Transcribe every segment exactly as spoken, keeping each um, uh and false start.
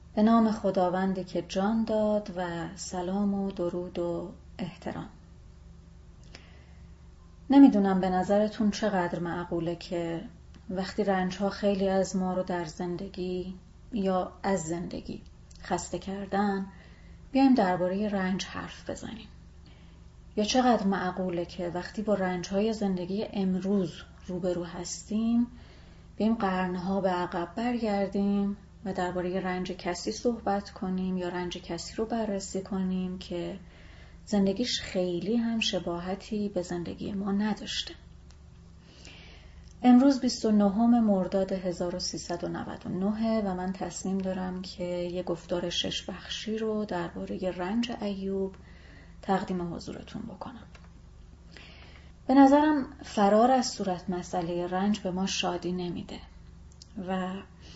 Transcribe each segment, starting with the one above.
به نام خداوندی که جان داد و سلام و درود و احترام. نمیدونم به نظرتون چقدر معقوله که وقتی رنج‌ها خیلی از ما رو در زندگی یا از زندگی خسته کردن بیایم درباره رنج حرف بزنیم، یا چقدر معقوله که وقتی با رنج‌های زندگی امروز روبرو هستیم بیایم قرنها به عقب برگردیم و درباره رنج کسی صحبت کنیم یا رنج کسی رو بررسی کنیم که زندگیش خیلی هم شباهتی به زندگی ما نداشته. امروز بیست و نهم مرداد هزار و سیصد و نود و نه و من تصمیم دارم که یه گفتار شش بخشی رو درباره رنج ایوب تقدیم حضورتون بکنم. به نظرم فرار از صورت مسئله رنج به ما شادی نمیده و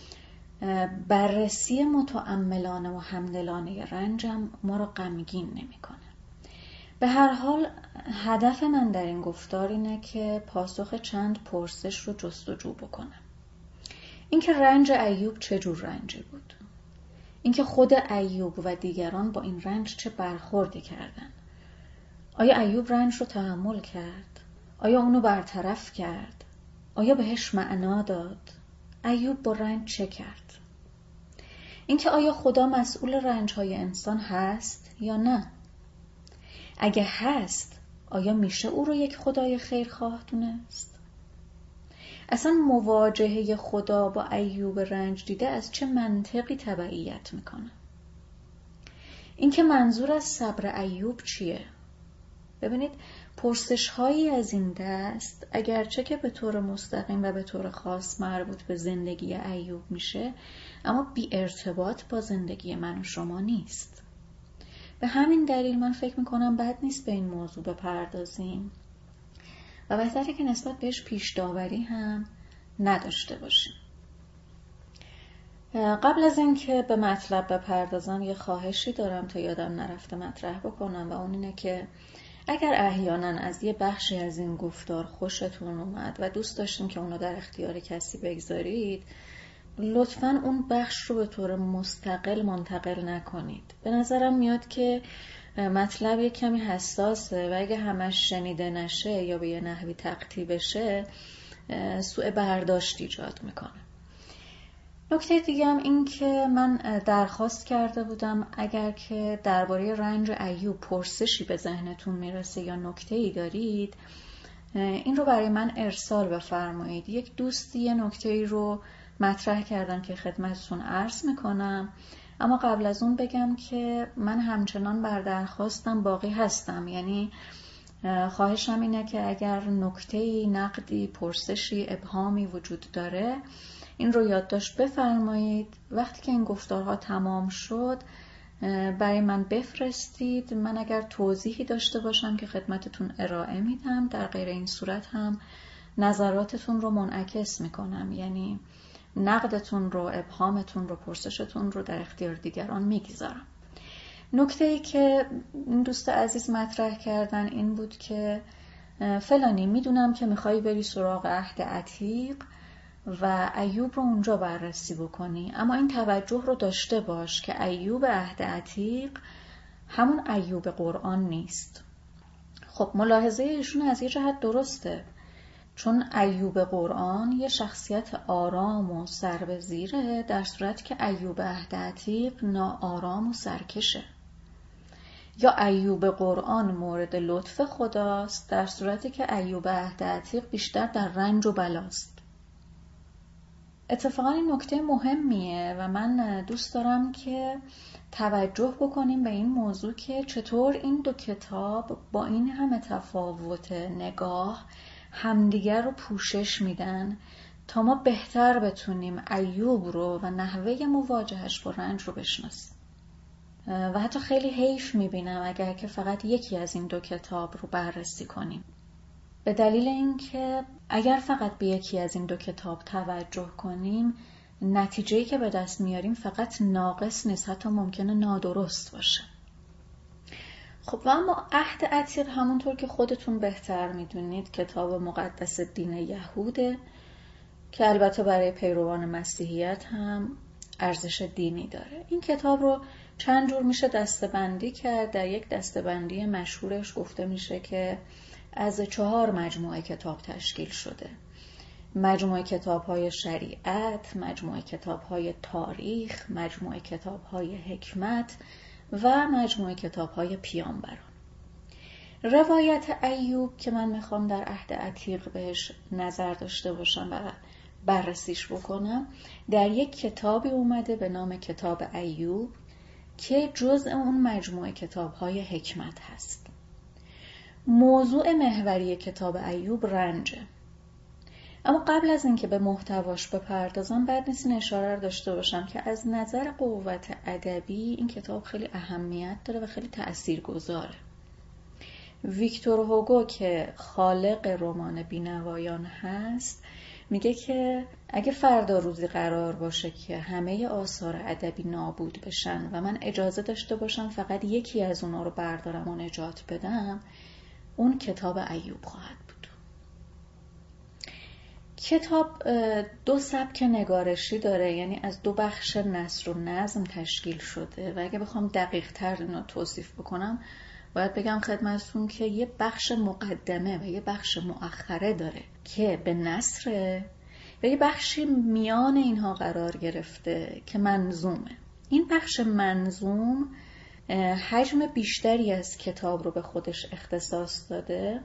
بررسی متأملانه و همدلانه رنجم ما رو غمگین نمیکنه. به هر حال هدف من در این گفتار اینه که پاسخ چند پرسش رو جستجو بکنم. اینکه رنج ایوب چه جور رنجی بود؟ اینکه خود ایوب و دیگران با این رنج چه برخوردی کردن؟ آیا ایوب رنج رو تحمل کرد؟ آیا اونو برطرف کرد؟ آیا بهش معنا داد؟ ایوب با رنج چه کرد؟ اینکه آیا خدا مسئول رنج‌های انسان هست یا نه؟ اگه هست، آیا میشه او رو یک خدای خیرخواه دونست؟ اصلا مواجهه خدا با ایوب رنج دیده از چه منطقی تبعیت میکنه؟ اینکه منظور از صبر ایوب چیه؟ ببینید، پرسش هایی از این دست اگرچه که به طور مستقیم و به طور خاص مربوط به زندگی ایوب میشه، اما بی ارتباط با زندگی من و شما نیست. به همین دلیل من فکر میکنم بد نیست به این موضوع بپردازیم و بهتره که نسبت بهش پیش داوری هم نداشته باشیم. قبل از این که به مطلب بپردازم یه خواهشی دارم تا یادم نرفته مطرح بکنم و اون اینه که اگر احیانا از یه بخشی از این گفتار خوشتون اومد و دوست داشتین که اونو در اختیار کسی بگذارید، لطفاً اون بخش رو به طور مستقل منتقل نکنید. به نظرم میاد که مطلب یه کمی حساسه و اگه همش شنیده نشه یا به یه نحوی تقطیع بشه سوء برداشت ایجاد میکنه. نکته دیگه هم این که من درخواست کرده بودم اگر که درباره رنج ایوب پرسشی به ذهنتون میرسه یا نکته‌ای دارید این رو برای من ارسال بفرمایید. یک دوستی یه نکته‌ای رو مطرح کردن که خدمتتون عرض میکنم، اما قبل از اون بگم که من همچنان بر درخواستم باقی هستم. یعنی خواهشم اینه که اگر نکته‌ای، نقدی، پرسشی، ابهامی وجود داره این رو یادداشت بفرمایید. وقتی که این گفتارها تمام شد برای من بفرستید. من اگر توضیحی داشته باشم که خدمتتون ارائه میدم، در غیر این صورت هم نظراتتون رو منعکس میکنم، یعنی نقدتون رو، ابهامتون رو، پرسشتون رو در اختیار دیگران میگذارم. نکته‌ای که این دوست عزیز مطرح کردن این بود که فلانی میدونم که میخوایی بری سراغ عهد عتیق و ایوب رو اونجا بررسی بکنی، اما این توجه رو داشته باش که ایوب عهد عتیق همون ایوب قرآن نیست. خب ملاحظه ایشون از یه جهت درسته، چون ایوب قرآن یه شخصیت آرام و سر به زیره، در صورت که ایوب عهد عتیق ناآرام و سرکشه. یا ایوب قرآن مورد لطف خداست در صورتی که ایوب عهد عتیق بیشتر در رنج و بلاست. اتفاقا این نکته مهمیه و من دوست دارم که توجه بکنیم به این موضوع که چطور این دو کتاب با این همه تفاوت نگاه همدیگر رو پوشش میدن تا ما بهتر بتونیم ایوب رو و نحوه مواجهش با رنج رو بشناسیم. و حتی خیلی حیف میبینم اگر که فقط یکی از این دو کتاب رو بررسی کنیم، به دلیل اینکه اگر فقط به یکی از این دو کتاب توجه کنیم نتیجه‌ای که به دست میاریم فقط ناقص نیست، حتی ممکنه نادرست باشه. خب و اما عهد عتیق همونطور که خودتون بهتر میدونید کتاب مقدس دین یهوده که البته برای پیروان مسیحیت هم ارزش دینی داره. این کتاب رو چند جور میشه دسته‌بندی کرد. در یک دسته‌بندی مشهورش گفته میشه که از چهار مجموعه کتاب تشکیل شده: مجموعه کتاب‌های شریعت، مجموعه کتاب‌های تاریخ، مجموعه کتاب‌های حکمت و مجموعه کتاب‌های پیامبران. روایت ایوب که من میخوام در عهد عتیق بهش نظر داشته باشم و بررسیش بکنم، در یک کتابی اومده به نام کتاب ایوب که جزء اون مجموعه کتاب‌های حکمت هست. موضوع محوری کتاب ایوب رنجه. اما قبل از اینکه به محتواش بپردازم بعد نیست این اشاره رو داشته باشم که از نظر قوت ادبی این کتاب خیلی اهمیت داره و خیلی تأثیرگذاره. ویکتور هوگو که خالق رمان بینوایان هست میگه که اگه فردا روزی قرار باشه که همه آثار ادبی نابود بشن و من اجازه داشته باشم فقط یکی از اونا رو بردارم و نجات بدم، اون کتاب ایوب خواهد بود. کتاب دو سبک نگارشی داره، یعنی از دو بخش نثر و نظم تشکیل شده و اگه بخوام دقیق تر اینو توصیف بکنم باید بگم خدمتتون که یه بخش مقدمه و یه بخش مؤخره داره که به نثره و یه بخشی میان اینها قرار گرفته که منظومه. این بخش منظوم حجم بیشتری از کتاب رو به خودش اختصاص داده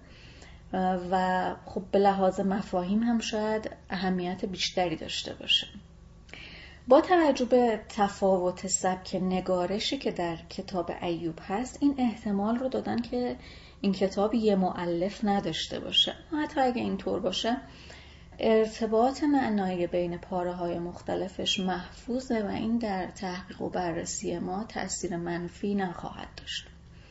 و خب به لحاظ مفاهیم هم شاید اهمیت بیشتری داشته باشه. با توجه به تفاوت سبک نگارشی که در کتاب ایوب هست، این احتمال رو دادن که این کتاب یه مؤلف نداشته باشه. حتی اگه اینطور باشه ارتباط معنایی بین پاره‌های مختلفش محفوظه و این در تحقیق و بررسی ما تأثیر منفی نخواهد داشت.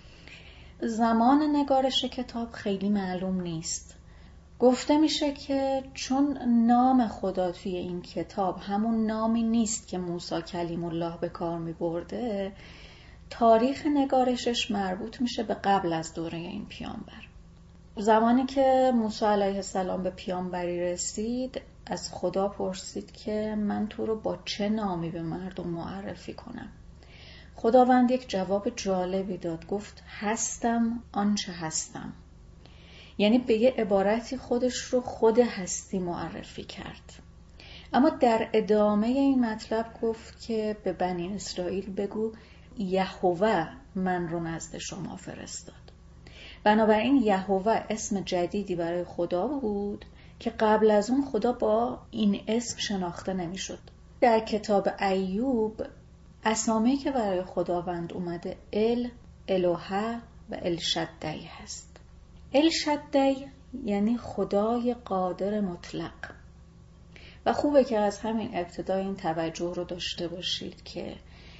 زمان نگارش کتاب خیلی معلوم نیست. گفته میشه که چون نام خدا توی این کتاب همون نامی نیست که موسی کلیم الله به کار میبرده، تاریخ نگارشش مربوط میشه به قبل از دوره این پیامبر. زمانی که موسی علیه السلام به پیامبری رسید از خدا پرسید که من تو رو با چه نامی به مردم معرفی کنم. خداوند یک جواب جالبی داد، گفت هستم آنچه هستم. یعنی به یه عبارتی خودش رو خود هستی معرفی کرد. اما در ادامه این مطلب گفت که به بنی اسرائیل بگو یهوه من رو نزد شما فرستاد. بنابراین یهوه اسم جدیدی برای خدا بود که قبل از اون خدا با این اسم شناخته نمیشد. در کتاب ایوب اسامی که برای خداوند اومده ال، الوهه و الشدی هست. الشدی یعنی خدای قادر مطلق. و خوبه که از همین ابتدا این توجه رو داشته باشید که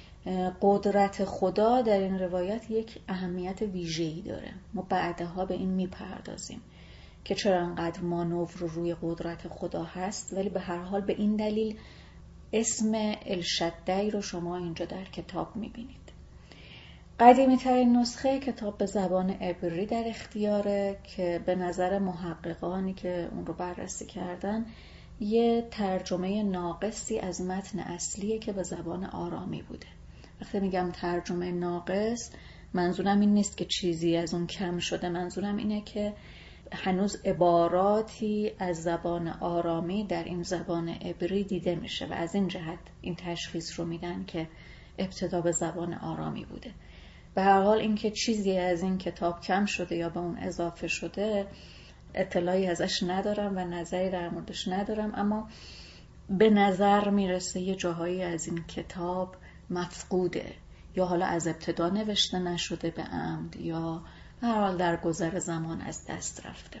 قدرت خدا در این روایت یک اهمیت ویژه‌ای داره. ما بعدها به این میپردازیم که چرا انقدر مانور رو روی قدرت خدا هست، ولی به هر حال به این دلیل اسم الشدی رو شما اینجا در کتاب میبینید. قدیمی ترین نسخه کتاب به زبان عبری در اختیاره که به نظر محققانی که اون رو بررسی کردن یه ترجمه ناقصی از متن اصلیه که به زبان آرامی بوده. وقتی میگم ترجمه ناقص منظورم این نیست که چیزی از اون کم شده، منظورم اینه که هنوز عباراتی از زبان آرامی در این زبان عبری دیده میشه و از این جهت این تشخیص رو میدن که ابتدا به زبان آرامی بوده. به هر حال اینکه چیزی از این کتاب کم شده یا به اون اضافه شده اطلاعی ازش ندارم و نظری در موردش ندارم، اما به نظر میرسه یه جاهایی از این کتاب مفقوده یا حالا از ابتدا نوشته نشده به عمد یا به هر حال در گذر زمان از دست رفته.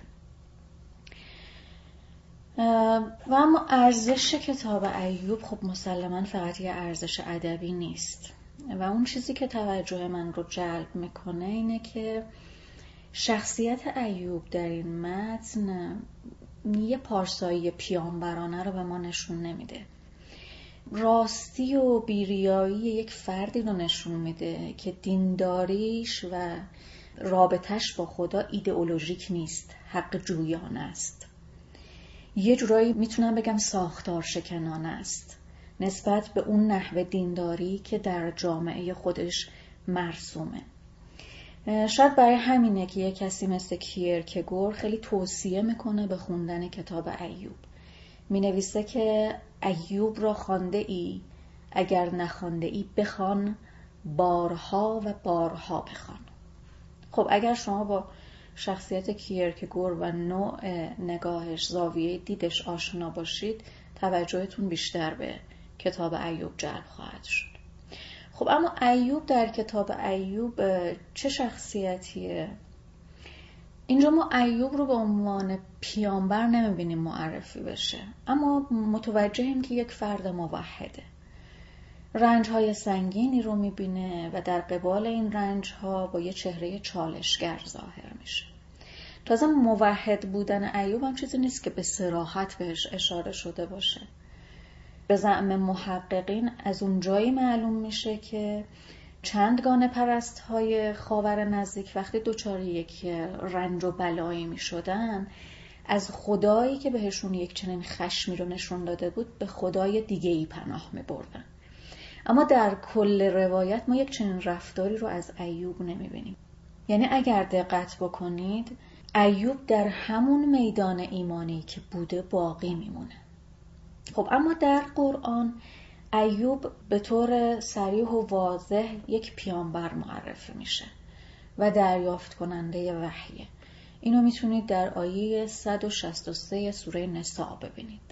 و اما ارزش کتاب ایوب خب مسلماً فقط یه ارزش ادبی نیست و اون چیزی که توجه من رو جلب میکنه اینه که شخصیت ایوب در این متن یه پارسایی پیامبرانه رو به ما نشون نمیده. راستی و بیریایی یک فردی رو نشون میده که دینداریش و رابطش با خدا ایدئولوژیک نیست، حق جویانه است. یه جورایی میتونم بگم ساختار شکنانه است. نسبت به اون نحوه دینداری که در جامعه خودش مرسومه. شاید برای همینه که یک کسی مثل کیرکگور خیلی توصیه میکنه به خوندن کتاب ایوب. مینویسه که ایوب را خوانده ای، اگر نخوانده ای بخوان، بارها و بارها بخوان. خب اگر شما با شخصیت کیرکگور و نوع نگاهش، زاویه دیدش آشنا باشید، توجهتون بیشتر به کتاب ایوب جلب خواهد شد. خب اما ایوب در کتاب ایوب چه شخصیتیه؟ اینجا ما ایوب رو به عنوان پیامبر نمیبینیم معرفی بشه، اما متوجهیم که یک فرد موحده. رنج‌های سنگینی رو میبینه و در قبال این رنج‌ها با یه چهره چالشگر ظاهر میشه. تازه موحد بودن ایوب هم چیزی نیست که به صراحت بهش اشاره شده باشه. به زعم محققین از اون جایی معلوم میشه که چندگانه پرست‌های خاور نزدیک وقتی دچار یک رنج و بلایی میشدن، از خدایی که بهشون یک چنین خشمی رو نشون داده بود به خدای دیگه‌ای پناه میبردن. اما در کل روایت ما یک چنین رفتاری رو از ایوب نمیبینیم. یعنی اگر دقت بکنید، ایوب در همون میدان ایمانی که بوده باقی میمونه. خب اما در قرآن ایوب به طور صریح و واضح یک پیامبر معرفی میشه و دریافت کننده وحیه. اینو میتونید در آیه صد و شصت و سه سوره نساء ببینید.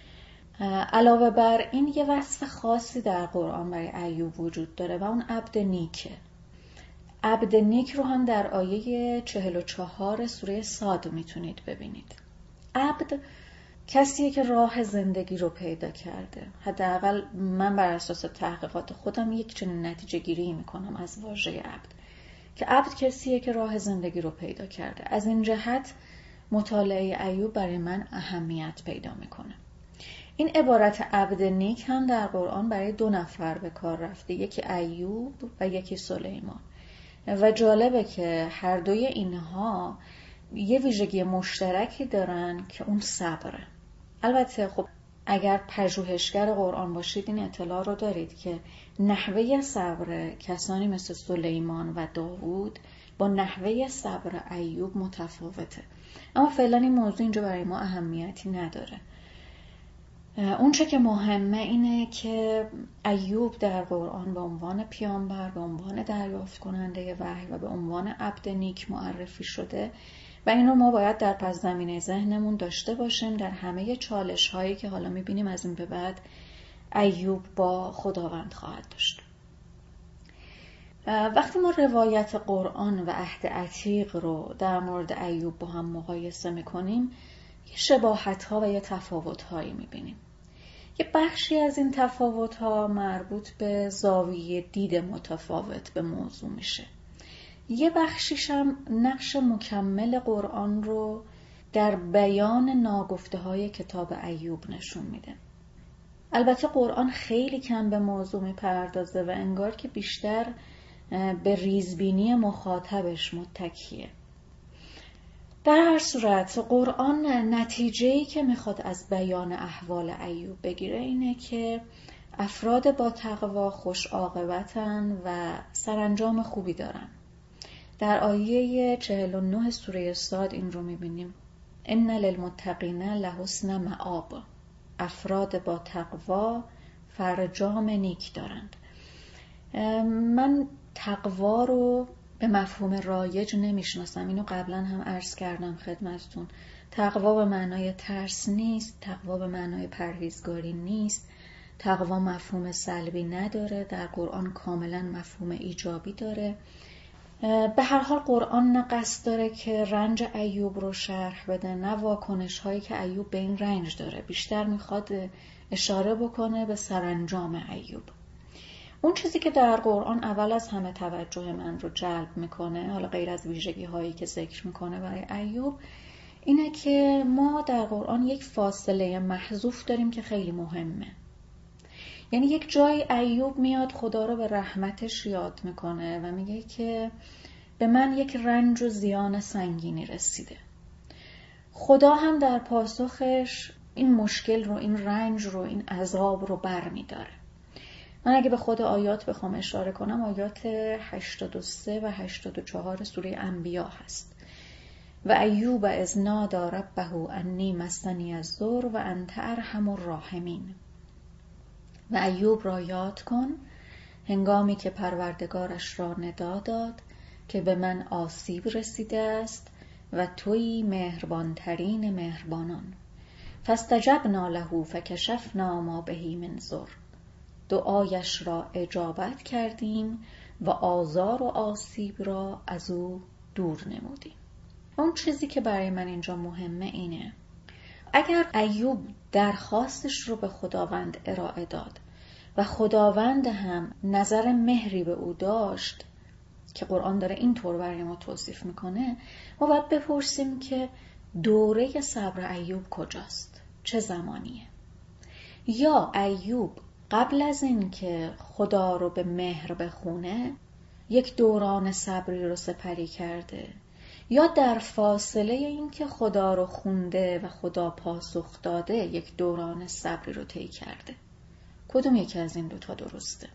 علاوه بر این یه وصف خاصی در قرآن برای ایوب وجود داره و اون عبد نیکه. عبد نیک رو هم در آیه چهل و چهار سوره صاد میتونید ببینید. عبد کسیه که راه زندگی رو پیدا کرده. حداقل من بر اساس تحقیقات خودم یک چنین نتیجه گیری میکنم از واژه عبد، که عبد کسیه که راه زندگی رو پیدا کرده. از این جهت مطالعه ایوب برای من اهمیت پیدا میکنه. این عبارت عبد نیک هم در قرآن برای دو نفر به کار رفته، یکی ایوب و یکی سلیمان. و جالبه که هر دوی اینها یه ویژگی مشترکی دارن که اون صبره. البته خب اگر پژوهشگر قرآن باشید این اطلاع رو دارید که نحوه صبر کسانی مثل سلیمان و داوود با نحوه صبر ایوب متفاوته. اما فعلا این موضوع اینجا برای ما اهمیتی نداره. اون چه که مهمه اینه که ایوب در قرآن به عنوان پیامبر، به عنوان دریافت کننده وحی و به عنوان عبد نیک معرفی شده و این رو ما باید در پس زمینه ذهنمون داشته باشیم در همه چالش هایی که حالا میبینیم از این به بعد ایوب با خداوند خواهد داشت. وقتی ما روایت قرآن و عهد عتیق رو در مورد ایوب با هم مقایسه میکنیم، یه شباهت ها و یه تفاوت هایی میبینیم. یه بخشی از این تفاوت ها مربوط به زاویه دید متفاوت به موضوع میشه. یه بخشیش هم نقش مکمل قرآن رو در بیان ناگفته های کتاب ایوب نشون میده. البته قرآن خیلی کم به موضوع میپردازه و انگار که بیشتر به ریزبینی مخاطبش متکیه. در هر صورت قرآن نتیجه‌ای که میخواد از بیان احوال ایوب بگیره اینه که افراد با تقوا خوش عاقبتن و سرانجام خوبی دارن. در آیه چهل و نه سوره صاد این رو میبینیم: ان للمتقین لحسن مآب. افراد با تقوا فرجام نیک دارند. من تقوا رو به مفهوم رایج نمیشناسم. اینو قبلا هم عرض کردم خدمتتون. تقوا به معنای ترس نیست، تقوا به معنای پرهیزگاری نیست، تقوا مفهوم سلبی نداره. در قرآن کاملا مفهوم ایجابی داره. به هر حال قرآن نه قصد داره که رنج ایوب رو شرح بده، نه واکنش هایی که ایوب به این رنج داره. بیشتر میخواد اشاره بکنه به سرانجام ایوب. اون چیزی که در قرآن اول از همه توجه من رو جلب میکنه، حالا غیر از ویژگی هایی که ذکر میکنه برای ایوب، اینه که ما در قرآن یک فاصله محذوف داریم که خیلی مهمه. یعنی یک جای ایوب میاد خدا رو به رحمتش یاد میکنه و میگه که به من یک رنج و زیان سنگینی رسیده. خدا هم در پاسخش این مشکل رو، این رنج رو، این عذاب رو بر می داره. من اگه به خود آیات بخوام اشاره کنم، آیات هشتاد و سه و هشتاد و چهار سوره انبیا هست. و ایوب اذ نادی ربه انی مسنی الضر و انت ارحم الراحمین. و ایوب را یاد کن هنگامی که پروردگارش را ندا داد که به من آسیب رسیده است و تویی مهربان ترین مهربانان. فاستجبنا له فکشفنا ما به من ضر. دعایش را اجابت کردیم و آزار و آسیب را از او دور نمودیم. اون چیزی که برای من اینجا مهمه اینه، اگر ایوب درخواستش رو به خداوند ارائه داد و خداوند هم نظر مهری به او داشت که قرآن داره اینطور برای ما توصیف میکنه، ما باید بپرسیم که دوره صبر ایوب کجاست؟ چه زمانیه؟ یا ایوب قبل از این که خدا رو به مهر بخونه یک دوران صبری رو سپری کرده، یا در فاصله این که خدا رو خونده و خدا پاسخ داده یک دوران صبری رو طی کرده؟ کدوم یکی از این دوتا درسته؟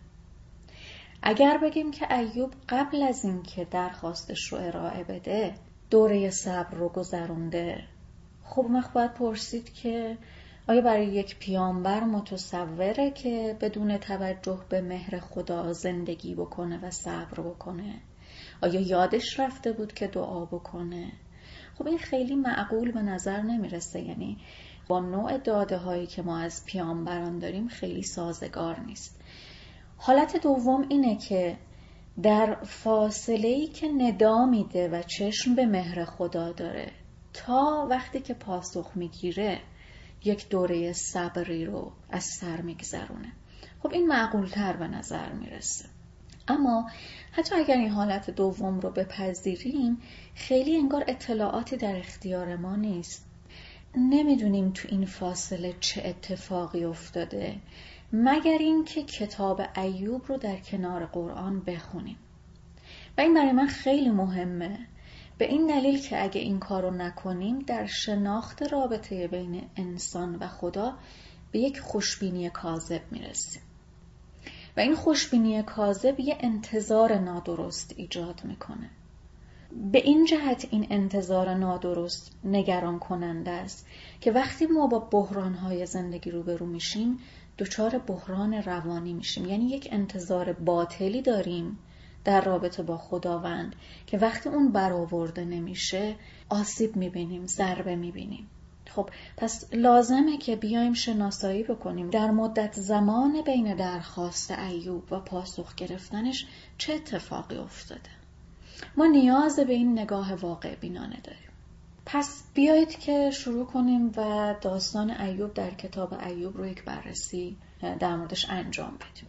اگر بگیم که ایوب قبل از این که درخواستش رو ارائه بده دوره صبر رو گذرونده، خب من باید پرسید که آیا برای یک پیامبر متصوره که بدون توجه به مهر خدا زندگی بکنه و صبر بکنه؟ آیا یادش رفته بود که دعا بکنه؟ خب این خیلی معقول به نظر نمیرسه، یعنی با نوع داده هایی که ما از پیامبران داریم خیلی سازگار نیست. حالت دوم اینه که در فاصله‌ای که ندا میده و چشم به مهر خدا داره تا وقتی که پاسخ میگیره یک دوره صبری رو از سر میگذرونه. خب این معقول تر به نظر میرسه. اما حتی اگر این حالت دوم رو بپذیریم، خیلی انگار اطلاعاتی در اختیار ما نیست. نمیدونیم تو این فاصله چه اتفاقی افتاده مگر این که کتاب ایوب رو در کنار قرآن بخونیم. و این برای من خیلی مهمه، به این دلیل که اگه این کار رو نکنیم در شناخت رابطه بین انسان و خدا به یک خوشبینی کاذب میرسیم. و این خوشبینی کاذب یه انتظار نادرست ایجاد میکنه. به این جهت این انتظار نادرست نگران کننده است که وقتی ما با بحران‌های زندگی روبرو میشیم دچار بحران روانی میشیم. یعنی یک انتظار باطلی داریم در رابطه با خداوند که وقتی اون برآورده نمیشه آسیب میبینیم، ضربه میبینیم. خب پس لازمه که بیایم شناسایی بکنیم در مدت زمان بین درخواست ایوب و پاسخ گرفتنش چه اتفاقی افتاده. ما نیاز به این نگاه واقع بینانه داریم. پس بیایید که شروع کنیم و داستان ایوب در کتاب ایوب رو یک بررسی در موردش انجام بدیم.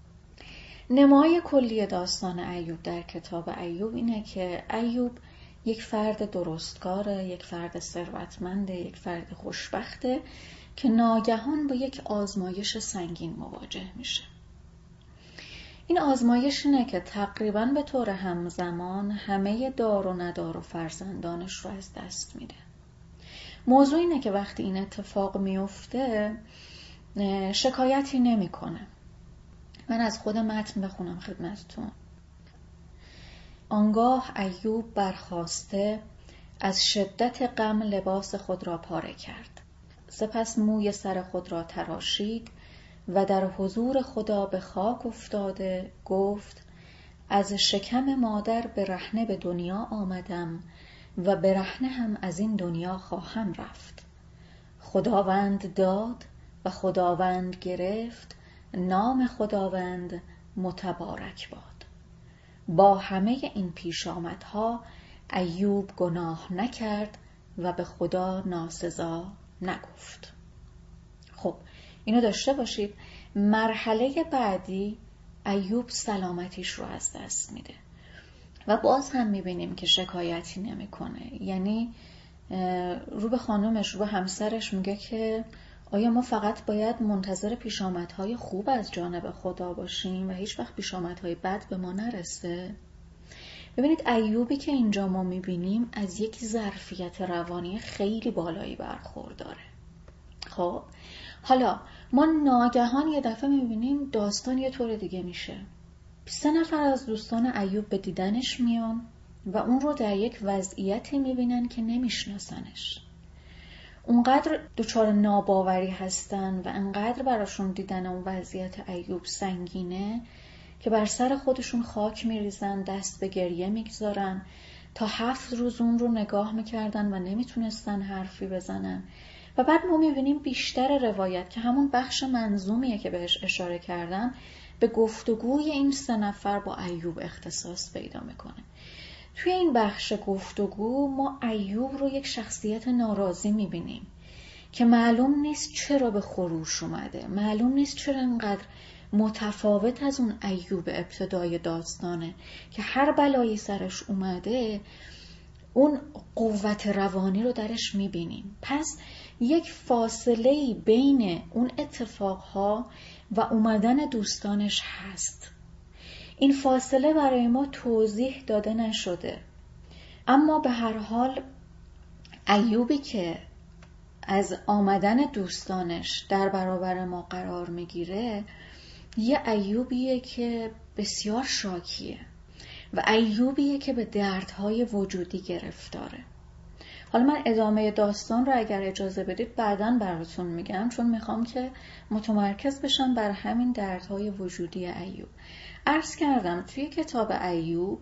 نمای کلی داستان ایوب در کتاب ایوب اینه که ایوب یک فرد درستکاره، یک فرد ثروتمنده، یک فرد خوشبخته که ناگهان با یک آزمایش سنگین مواجه میشه. این آزمایش اینه که تقریباً به طور همزمان همه دار و ندار و فرزندانش رو از دست میده. موضوع اینه که وقتی این اتفاق میفته شکایتی نمیکنه. من از خود متن بخونم خدمتتون. آنگاه ایوب برخاسته از شدت غم لباس خود را پاره کرد. سپس موی سر خود را تراشید و در حضور خدا به خاک افتاده گفت از شکم مادر برهنه به دنیا آمدم و برهنه هم از این دنیا خواهم رفت. خداوند داد و خداوند گرفت، نام خداوند متبارک باد. با همه این پیش آمدها ایوب گناه نکرد و به خدا ناسزا نگفت. خب اینو داشته باشید. مرحله بعدی ایوب سلامتیش رو از دست میده و باز هم میبینیم که شکایتی نمیکنه. یعنی رو به خانومش، رو به همسرش میگه که آیا ما فقط باید منتظر پیشامدهای خوب از جانب خدا باشیم و هیچ وقت پیشامدهای بد به ما نرسه؟ ببینید ایوبی که اینجا ما میبینیم از یک ظرفیت روانی خیلی بالایی برخورداره. خب حالا ما ناگهان یه دفعه میبینیم داستان یه طور دیگه میشه. سه نفر از دوستان ایوب به دیدنش میان و اون رو در یک وضعیتی میبینن که نمیشناسنش. اونقدر دچار ناباوری هستن و انقدر براشون دیدن اون وضعیت ایوب سنگینه که بر سر خودشون خاک میریزن، دست به گریه میگذارن. تا هفت روز اون رو نگاه میکردن و نمیتونستن حرفی بزنن. و بعد ما میبینیم بیشتر روایت که همون بخش منظومیه که بهش اشاره کردم به گفتگوی این سه نفر با ایوب اختصاص پیدا میکنه. توی این بخش گفتگو ما ایوب رو یک شخصیت ناراضی میبینیم که معلوم نیست چرا به خروش اومده، معلوم نیست چرا اینقدر متفاوت از اون ایوب ابتدای داستانه که هر بلایی سرش اومده اون قوت روانی رو درش میبینیم. پس یک فاصله بین اون اتفاقها و اومدن دوستانش هست. این فاصله برای ما توضیح داده نشده، اما به هر حال ایوبی که از آمدن دوستانش در برابر ما قرار میگیره یه ایوبیه که بسیار شاکیه و ایوبیه که به دردهای وجودی گرفتاره. حالا من ادامه داستان رو اگر اجازه بدید بعداً براتون میگم، چون میخوام که متمرکز بشم بر همین دردهای وجودی ایوب. عرض کردم توی کتاب ایوب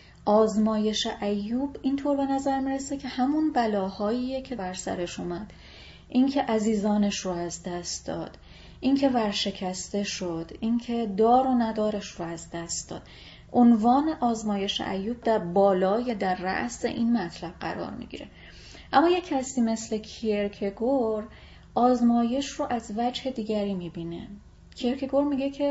آزمایش ایوب اینطور به نظر میرسه که همون بلاهاییه که بر سرش اومد، این که عزیزانش رو از دست داد، این که ورشکسته شد، این که دار و ندارش رو از دست داد. عنوان آزمایش ایوب در بالای در رأس این مطلب قرار میگیره. اما یک کسی مثل کیرکگور آزمایش رو از وجه دیگری میبینه. کیرکگور میگه که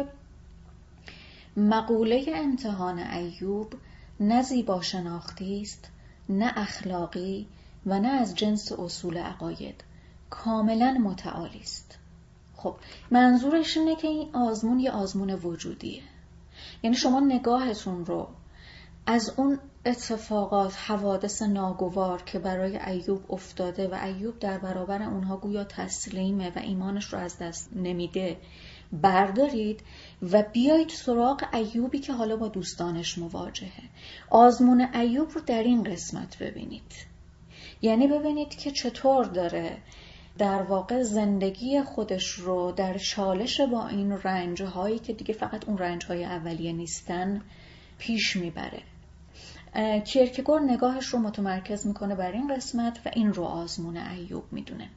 مقوله امتحان ایوب نه زیبا شناختی است، نه اخلاقی و نه از جنس اصول عقاید، کاملا متعالی است. خب منظورش اینه که این آزمون یه آزمون وجودیه، یعنی شما نگاهتون رو از اون اتفاقات، حوادث ناگوار که برای ایوب افتاده و ایوب در برابر اونها گویا تسلیمه و ایمانش رو از دست نمیده بردارید و بیایید سراغ ایوبی که حالا با دوستانش مواجهه. آزمون ایوب رو در این قسمت ببینید، یعنی ببینید که چطور داره در واقع زندگی خودش رو در چالش با این رنج‌هایی که دیگه فقط اون رنج‌های اولیه نیستن پیش میبره. کیرکگور نگاهش رو متمرکز میکنه بر این قسمت و این رو آزمون ایوب میدونه.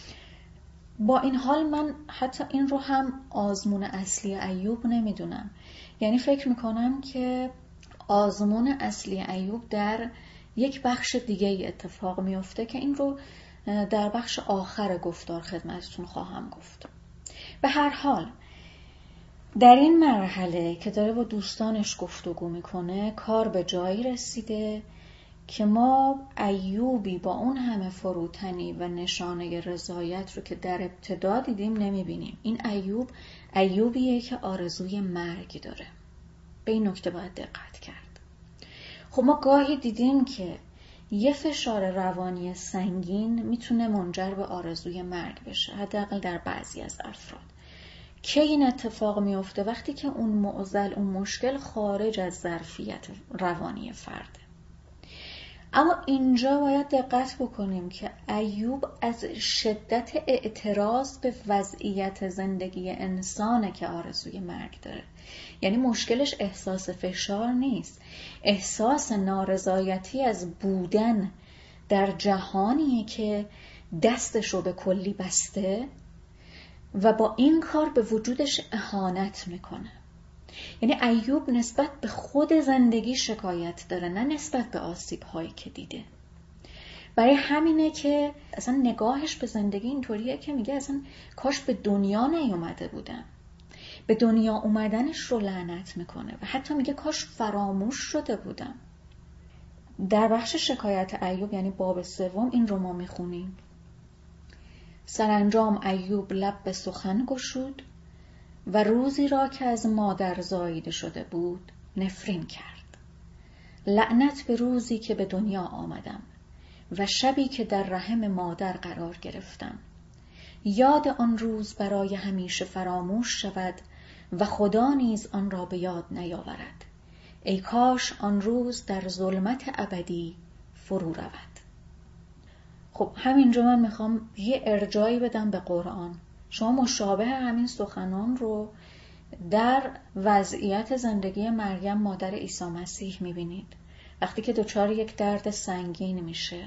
با این حال من حتی این رو هم آزمون اصلی ایوب نمیدونم، یعنی فکر میکنم که آزمون اصلی ایوب در یک بخش دیگه ای اتفاق میفته که این رو در بخش آخر گفتار خدمتتون خواهم گفت. به هر حال در این مرحله که داره با دوستانش گفتگو میکنه کار به جایی رسیده که ما ایوبی با اون همه فروتنی و نشانه رضایت رو که در ابتدا دیدیم نمیبینیم. این ایوب ایوبیه که آرزوی مرگ داره. به این نکته باید دقت کرد. خب ما گاهی دیدیم که یه فشار روانی سنگین میتونه منجر به آرزوی مرگ بشه، حداقل در بعضی از افراد. که این اتفاق میفته وقتی که اون معضل، اون مشکل خارج از ظرفیت روانی فرده. اما اینجا باید دقت بکنیم که ایوب از شدت اعتراض به وضعیت زندگی انسانه که آرزوی مرگ داره. یعنی مشکلش احساس فشار نیست، احساس نارضایتی از بودن در جهانیه که دستشو به کلی بسته و با این کار به وجودش اهانت میکنه. یعنی ایوب نسبت به خود زندگی شکایت داره، نه نسبت به آسیب هایی که دیده. برای همینه که اصلا نگاهش به زندگی اینطوریه که میگه اصلا کاش به دنیا نیومده بودم. به دنیا اومدنش رو لعنت میکنه و حتی میگه کاش فراموش شده بودم. در بخش شکایت ایوب یعنی باب سوم این رو ما میخونیم. سرانجام ایوب لب به سخن گشود و روزی را که از مادر زاییده شده بود نفرین کرد. لعنت به روزی که به دنیا آمدم و شبی که در رحم مادر قرار گرفتم. یاد آن روز برای همیشه فراموش شود و خدا نیز آن را به یاد نیاورد. ای کاش آن روز در ظلمت ابدی فرو رود. خب همینجا من میخوام یه ارجایی بدم به قرآن. شما مشابه همین سخنان رو در وضعیت زندگی مریم مادر عیسی مسیح میبینید. وقتی که دچار یک درد سنگین میشه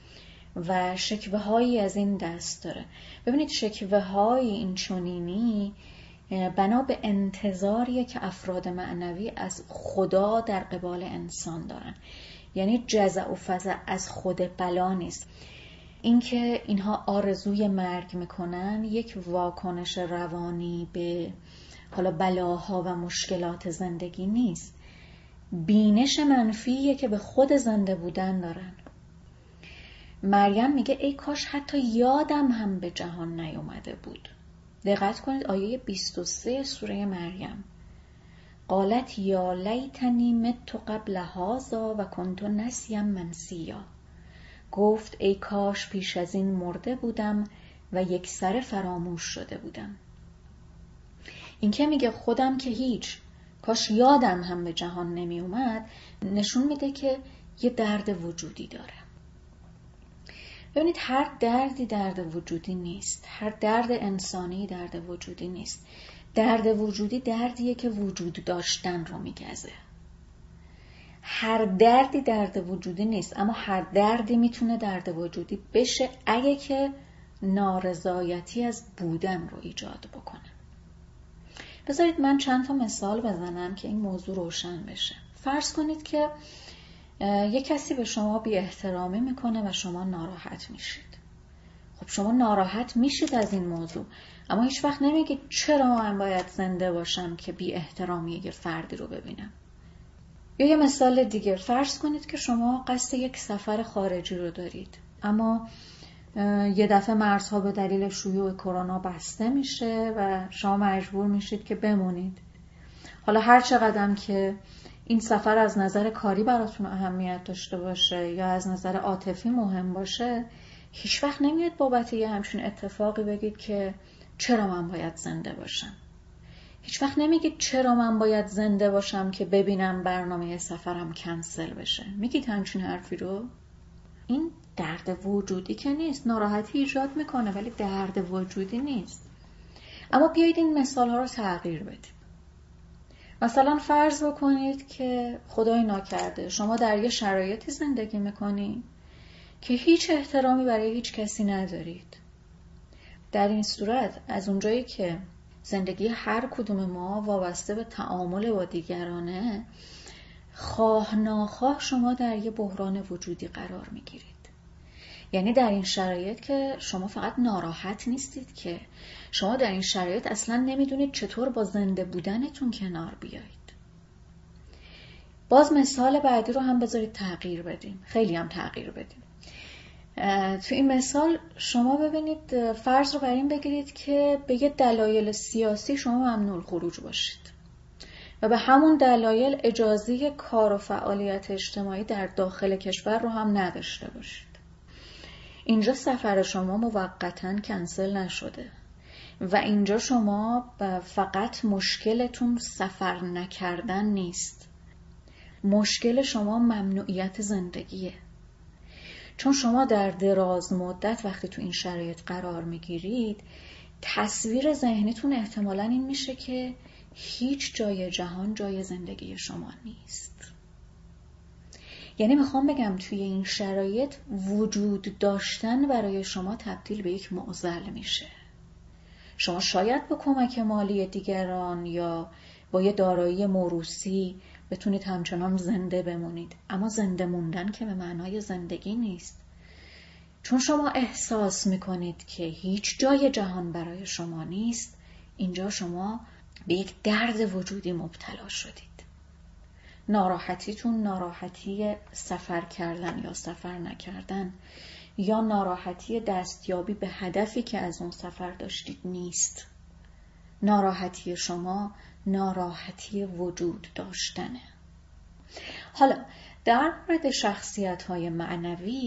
و شکوه هایی از این دست داره. ببینید شکوه های این چنینی بنا به انتظاریه که افراد معنوی از خدا در قبال انسان دارن. یعنی جزع و فزع از خود بلا نیست. اینکه اینها آرزوی مرگ میکنن یک واکنش روانی به حالا بلاها و مشکلات زندگی نیست. بینش منفیه که به خود زنده بودن دارن. مریم میگه ای کاش حتی یادم هم به جهان نیومده بود. دقت کنید آیه بیست و سه سوره مریم. قالت یا لیتنی مت قبل هذا و کنت نسیا منسیا. گفت ای کاش پیش از این مرده بودم و یک سر فراموش شده بودم. این که میگه خودم که هیچ، کاش یادم هم به جهان نمی اومد، نشون میده که یه درد وجودی داره. ببینید هر دردی درد وجودی نیست. هر درد انسانی درد وجودی نیست. درد وجودی دردیه که وجود داشتن رو میگزه. هر دردی درد وجودی نیست، اما هر دردی میتونه درد وجودی بشه اگه که نارضایتی از بودن رو ایجاد بکنه. بذارید من چند تا مثال بزنم که این موضوع روشن بشه. فرض کنید که یک کسی به شما بی احترامی میکنه و شما ناراحت میشید. خب شما ناراحت میشید از این موضوع، اما هیچ وقت نمیگید چرا من باید زنده باشم که بی احترامی یه فردی رو ببینم. یا یه مثال دیگه، فرض کنید که شما قصد یک سفر خارجی رو دارید، اما یه دفعه مرزها به دلیل شیوع کرونا بسته میشه و شما مجبور میشید که بمونید. حالا هر چقدرم که این سفر از نظر کاری براتون اهمیت داشته باشه یا از نظر عاطفی مهم باشه، هیچ وقت نمیاد بابت یه همچین اتفاقی بگید که چرا من باید زنده باشم. هیچ وقت نمیگید چرا من باید زنده باشم که ببینم برنامه سفرم کنسل بشه. میگید همچین حرفی رو؟ این درد وجودی که نیست. ناراحتی ایجاد میکنه ولی درد وجودی نیست. اما بیایید این مثال ها رو تغییر بدیم. مثلا فرض بکنید که خدای ناکرده شما در یه شرایطی زندگی میکنید که هیچ احترامی برای هیچ کسی ندارید. در این صورت از اونجایی که زندگی هر کدوم ما وابسته به تعامل با دیگرانه، خواه ناخواه شما در یه بحران وجودی قرار میگیرید. یعنی در این شرایط که شما فقط ناراحت نیستید، که شما در این شرایط اصلا نمیدونید چطور با زنده بودنتون کنار بیایید. باز مثال بعدی رو هم بذارید تغییر بدیم، خیلی هم تغییر بدیم. تو این مثال شما ببینید، فرض رو بر این بگیرید که به یه دلایل سیاسی شما ممنوع الخروج باشید و به همون دلایل اجازه کار و فعالیت اجتماعی در داخل کشور رو هم نداشته باشید. اینجا سفر شما موقتاً کنسل نشده و اینجا شما فقط مشکلتون سفر نکردن نیست. مشکل شما ممنوعیت زندگیه. چون شما در دراز مدت وقتی تو این شرایط قرار میگیرید، تصویر ذهنیتون احتمالاً این میشه که هیچ جای جهان جای زندگی شما نیست. یعنی میخوام بگم توی این شرایط وجود داشتن برای شما تبدیل به یک معضل میشه. شما شاید با کمک مالی دیگران یا با یه دارایی موروثی بتونید همچنان زنده بمونید، اما زنده موندن که به معنای زندگی نیست. چون شما احساس میکنید که هیچ جای جهان برای شما نیست، اینجا شما به یک درد وجودی مبتلا شدید. ناراحتیتون ناراحتی سفر کردن یا سفر نکردن یا ناراحتی دستیابی به هدفی که از اون سفر داشتید نیست. ناراحتی شما ناراحتی وجود داشتنه. حالا در مورد شخصیت‌های معنوی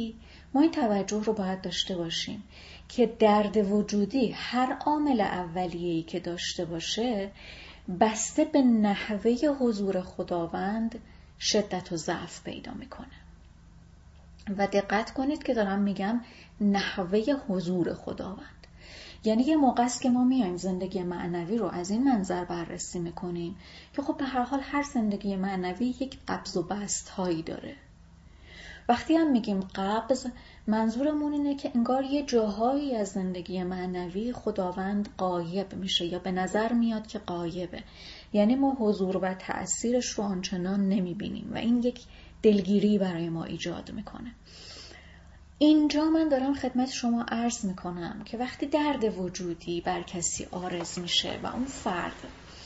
ما این توجه رو باید داشته باشیم که درد وجودی هر عامل اولیه‌ای که داشته باشه بسته به نحوه حضور خداوند شدت و ضعف پیدا میکنه. و دقت کنید که دارم میگم نحوه حضور خداوند، یعنی یه موقع است که ما میایم زندگی معنوی رو از این منظر بررسی میکنیم که خب به هر حال هر زندگی معنوی یک قبض و بسط هایی داره. وقتی هم میگیم قبض، منظورمون اینه که انگار یه جاهایی از زندگی معنوی خداوند غایب میشه یا به نظر میاد که غایبه، یعنی ما حضور و تأثیرش رو آنچنان نمیبینیم و این یک دلگیری برای ما ایجاد میکنه. اینجا من دارم خدمت شما عرض میکنم که وقتی درد وجودی بر کسی عارض میشه و اون فرد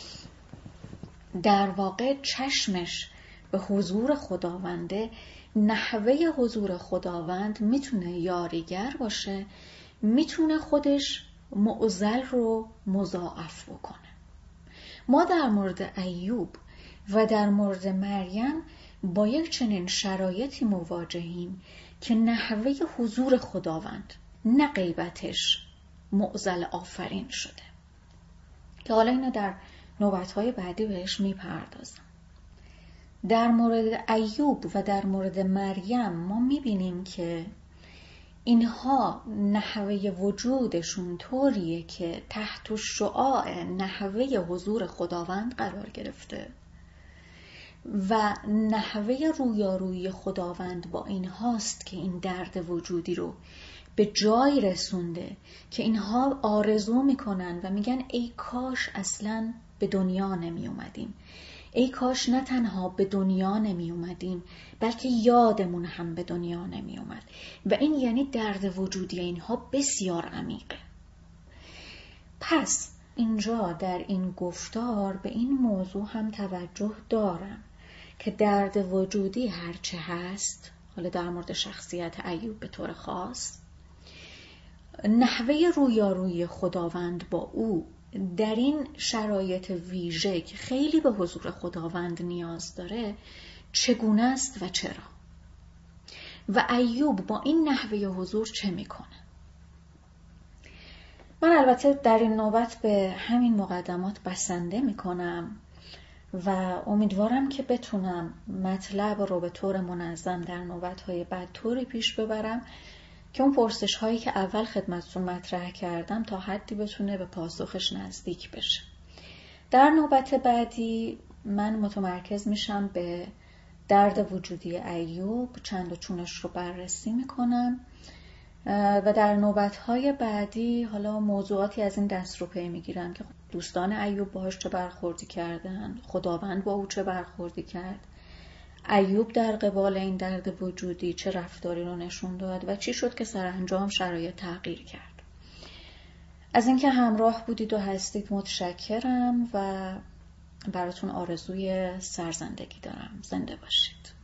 در واقع چشمش به حضور خداونده، نحوه حضور خداوند میتونه یاریگر باشه، میتونه خودش معضل رو مضاعف بکنه. ما در مورد ایوب و در مورد مریم با یک چنین شرایطی مواجهیم که نحوه حضور خداوند نه غیبتش معضل آفرین شده، که حالا اینو در نوبت‌های بعدی بهش میپردازم. در مورد ایوب و در مورد مریم ما میبینیم که اینها نحوه وجودشون طوریه که تحت شعاع نحوه حضور خداوند قرار گرفته و نحوه رویارویی خداوند با اینهاست که این درد وجودی رو به جای رسونده که اینها آرزو میکنن و میگن ای کاش اصلاً به دنیا نمی اومدیم، ای کاش نه تنها به دنیا نمی اومدیم بلکه یادمون هم به دنیا نمی اومد. و این یعنی درد وجودی اینها بسیار عمیقه. پس اینجا در این گفتار به این موضوع هم توجه دارم که درد وجودی هرچه هست، حالا در مورد شخصیت ایوب به طور خاص، نحوه رویارویی خداوند با او در این شرایط ویژه که خیلی به حضور خداوند نیاز داره چگونه است و چرا، و ایوب با این نحوه حضور چه میکنه. من البته در این نوبت به همین مقدمات بسنده میکنم و امیدوارم که بتونم مطلب رو به طور منظم در نوبت‌های بعد طوری پیش ببرم که اون پرسش هایی که اول خدمتتون مطرح کردم تا حدی بتونه به پاسخش نزدیک بشه. در نوبت بعدی من متمرکز میشم به درد وجودی ایوب، چند و چونش رو بررسی میکنم و در نوبت‌های بعدی حالا موضوعاتی از این دست رو پی میگیرم که دوستان ایوب باهاش چه برخوردی کردن، خداوند با او چه برخوردی کرد، ایوب در قبال این درد وجودی چه رفتاری رو نشون داد و چی شد که سرانجام شرایط تغییر کرد. از اینکه همراه بودید و هستید متشکرم و براتون آرزوی سرزندگی دارم. زنده باشید.